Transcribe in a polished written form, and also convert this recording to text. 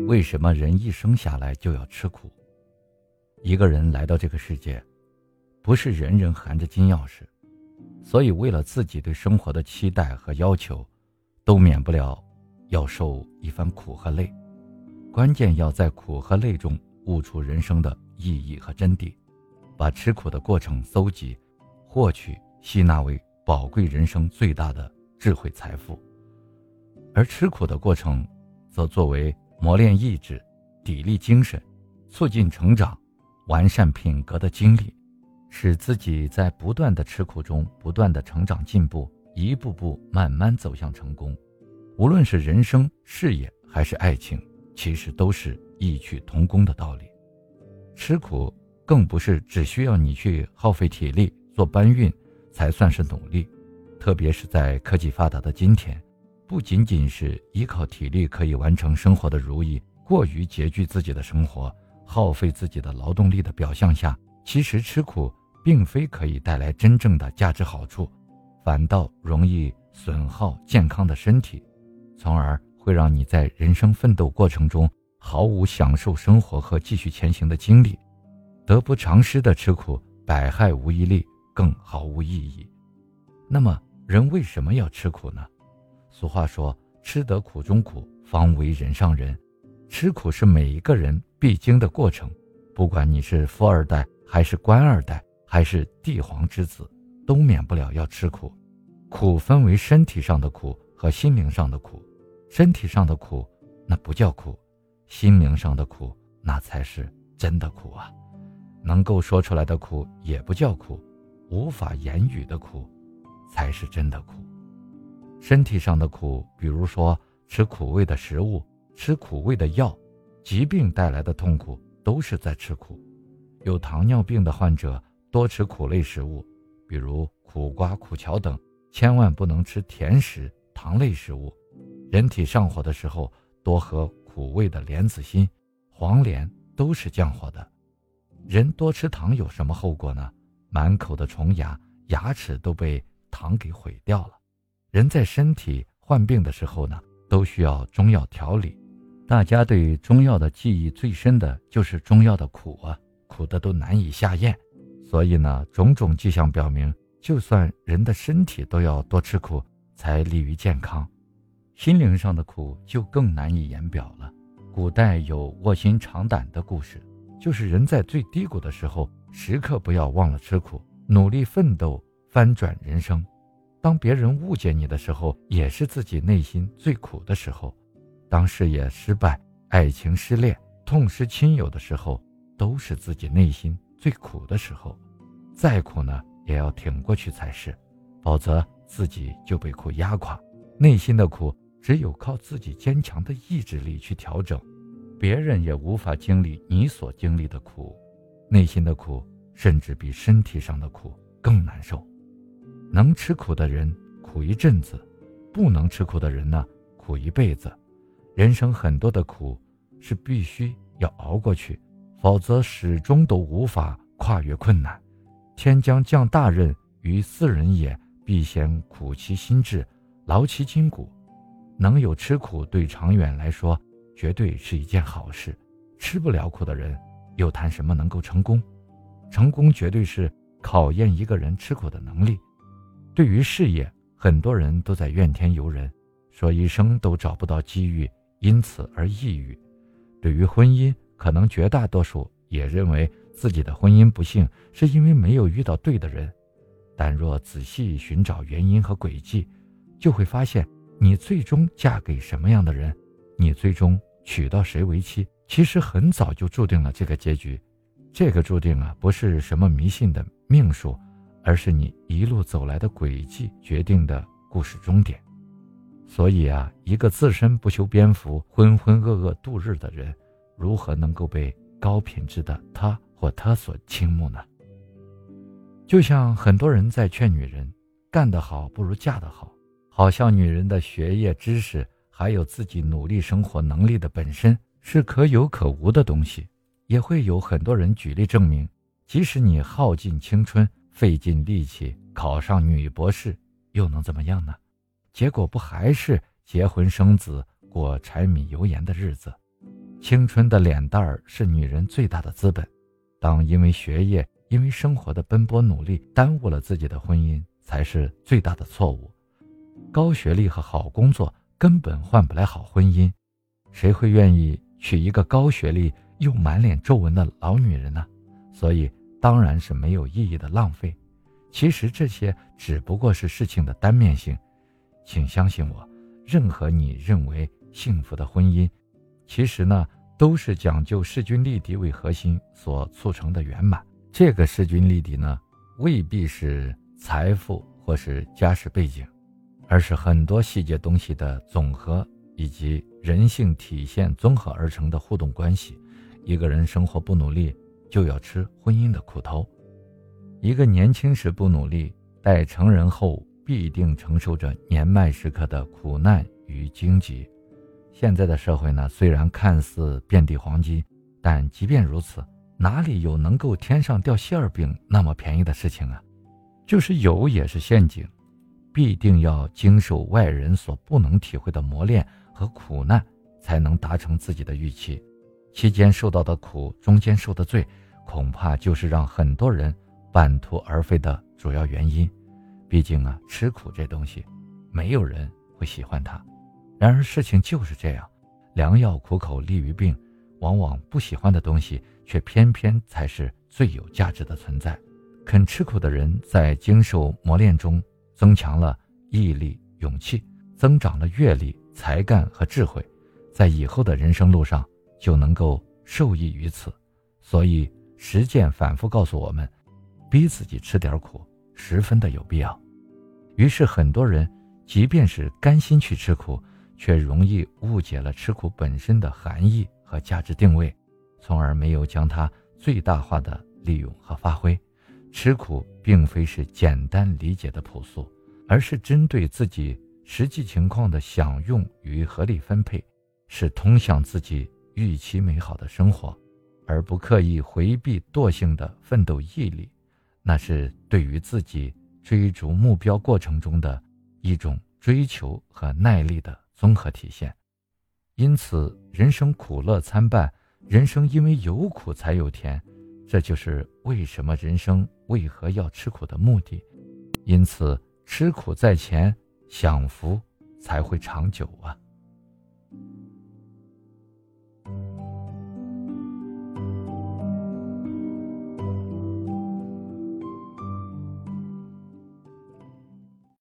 为什么人一生下来就要吃苦？一个人来到这个世界，不是人人含着金钥匙，所以为了自己对生活的期待和要求，都免不了要受一番苦和累。关键要在苦和累中悟出人生的意义和真谛，把吃苦的过程搜集、获取、吸纳为宝贵人生最大的智慧财富。而吃苦的过程则作为磨练意志、砥砺精神、促进成长、完善品格的经历，使自己在不断的吃苦中不断的成长进步，一步步慢慢走向成功。无论是人生、事业还是爱情，其实都是异曲同工的道理。吃苦更不是只需要你去耗费体力做搬运才算是努力，特别是在科技发达的今天，不仅仅是依靠体力可以完成生活的如意，过于拮据自己的生活，耗费自己的劳动力的表象下，其实吃苦并非可以带来真正的价值好处，反倒容易损耗健康的身体，从而会让你在人生奋斗过程中毫无享受生活和继续前行的精力。得不偿失的吃苦，百害无一利，更毫无意义。那么人为什么要吃苦呢？俗话说，吃得苦中苦，方为人上人。吃苦是每一个人必经的过程，不管你是富二代还是官二代还是帝皇之子，都免不了要吃苦。苦分为身体上的苦和心灵上的苦，身体上的苦那不叫苦，心灵上的苦那才是真的苦啊。能够说出来的苦也不叫苦，无法言语的苦才是真的苦。身体上的苦，比如说吃苦味的食物、吃苦味的药，疾病带来的痛苦都是在吃苦。有糖尿病的患者多吃苦类食物，比如苦瓜、苦荞等，千万不能吃甜食、糖类食物。人体上火的时候，多喝苦味的莲子心、黄连，都是降火的。人多吃糖有什么后果呢？满口的虫牙，牙齿都被糖给毁掉了。人在身体患病的时候呢，都需要中药调理。大家对中药的记忆最深的就是中药的苦啊，苦的都难以下咽。所以呢，种种迹象表明，就算人的身体都要多吃苦，才利于健康。心灵上的苦就更难以言表了。古代有卧薪尝胆的故事，就是人在最低谷的时候，时刻不要忘了吃苦，努力奋斗，翻转人生。当别人误解你的时候，也是自己内心最苦的时候。当事业失败、爱情失恋、痛失亲友的时候，都是自己内心最苦的时候。再苦呢，也要挺过去才是，否则自己就被苦压垮。内心的苦，只有靠自己坚强的意志力去调整，别人也无法经历你所经历的苦。内心的苦，甚至比身体上的苦更难受。能吃苦的人苦一阵子，不能吃苦的人呢，苦一辈子。人生很多的苦是必须要熬过去，否则始终都无法跨越困难。天将降大任于斯人也，必先苦其心志，劳其筋骨。能有吃苦，对长远来说绝对是一件好事。吃不了苦的人，又谈什么能够成功？成功绝对是考验一个人吃苦的能力。对于事业，很多人都在怨天尤人，说一生都找不到机遇，因此而抑郁。对于婚姻，可能绝大多数也认为自己的婚姻不幸是因为没有遇到对的人。但若仔细寻找原因和轨迹，就会发现你最终嫁给什么样的人，你最终娶到谁为妻，其实很早就注定了这个结局。这个注定啊，不是什么迷信的命数，而是你一路走来的轨迹决定的故事终点。所以啊，一个自身不修边幅、浑浑噩噩度日的人，如何能够被高品质的他或她所倾慕呢？就像很多人在劝女人，干得好不如嫁得好，好像女人的学业知识还有自己努力生活能力的本身是可有可无的东西。也会有很多人举例证明，即使你耗尽青春费尽力气考上女博士，又能怎么样呢？结果不还是结婚生子，过柴米油盐的日子？ 青春的脸蛋儿是女人最大的资本。当因为学业、因为生活的奔波努力耽误了自己的婚姻，才是最大的错误。高学历和好工作根本换不来好婚姻，谁会愿意娶一个高学历又满脸皱纹的老女人呢？所以当然是没有意义的浪费。其实这些只不过是事情的单面性，请相信我，任何你认为幸福的婚姻，其实呢都是讲究势均力敌为核心所促成的圆满。这个势均力敌呢，未必是财富或是家世背景，而是很多细节东西的总和以及人性体现综合而成的互动关系。一个人生活不努力，就要吃婚姻的苦头。一个年轻时不努力，待成人后必定承受着年迈时刻的苦难与荆棘。现在的社会呢，虽然看似遍地黄金，但即便如此，哪里有能够天上掉馅儿饼那么便宜的事情啊？就是有也是陷阱，必定要经受外人所不能体会的磨练和苦难，才能达成自己的预期。期间受到的苦，中间受的罪，恐怕就是让很多人半途而废的主要原因。毕竟啊，吃苦这东西，没有人会喜欢它。然而事情就是这样，良药苦口利于病，往往不喜欢的东西，却偏偏才是最有价值的存在。肯吃苦的人，在经受磨练中，增强了毅力、勇气，增长了阅历、才干和智慧，在以后的人生路上就能够受益于此。所以实践反复告诉我们，逼自己吃点苦十分的有必要。于是很多人即便是甘心去吃苦，却容易误解了吃苦本身的含义和价值定位，从而没有将它最大化的利用和发挥。吃苦并非是简单理解的朴素，而是针对自己实际情况的享用与合理分配，是通向自己预期美好的生活，而不刻意回避惰性的奋斗毅力。那是对于自己追逐目标过程中的一种追求和耐力的综合体现。因此人生苦乐参半，人生因为有苦才有甜，这就是为什么人生为何要吃苦的目的。因此吃苦在前，享福才会长久啊。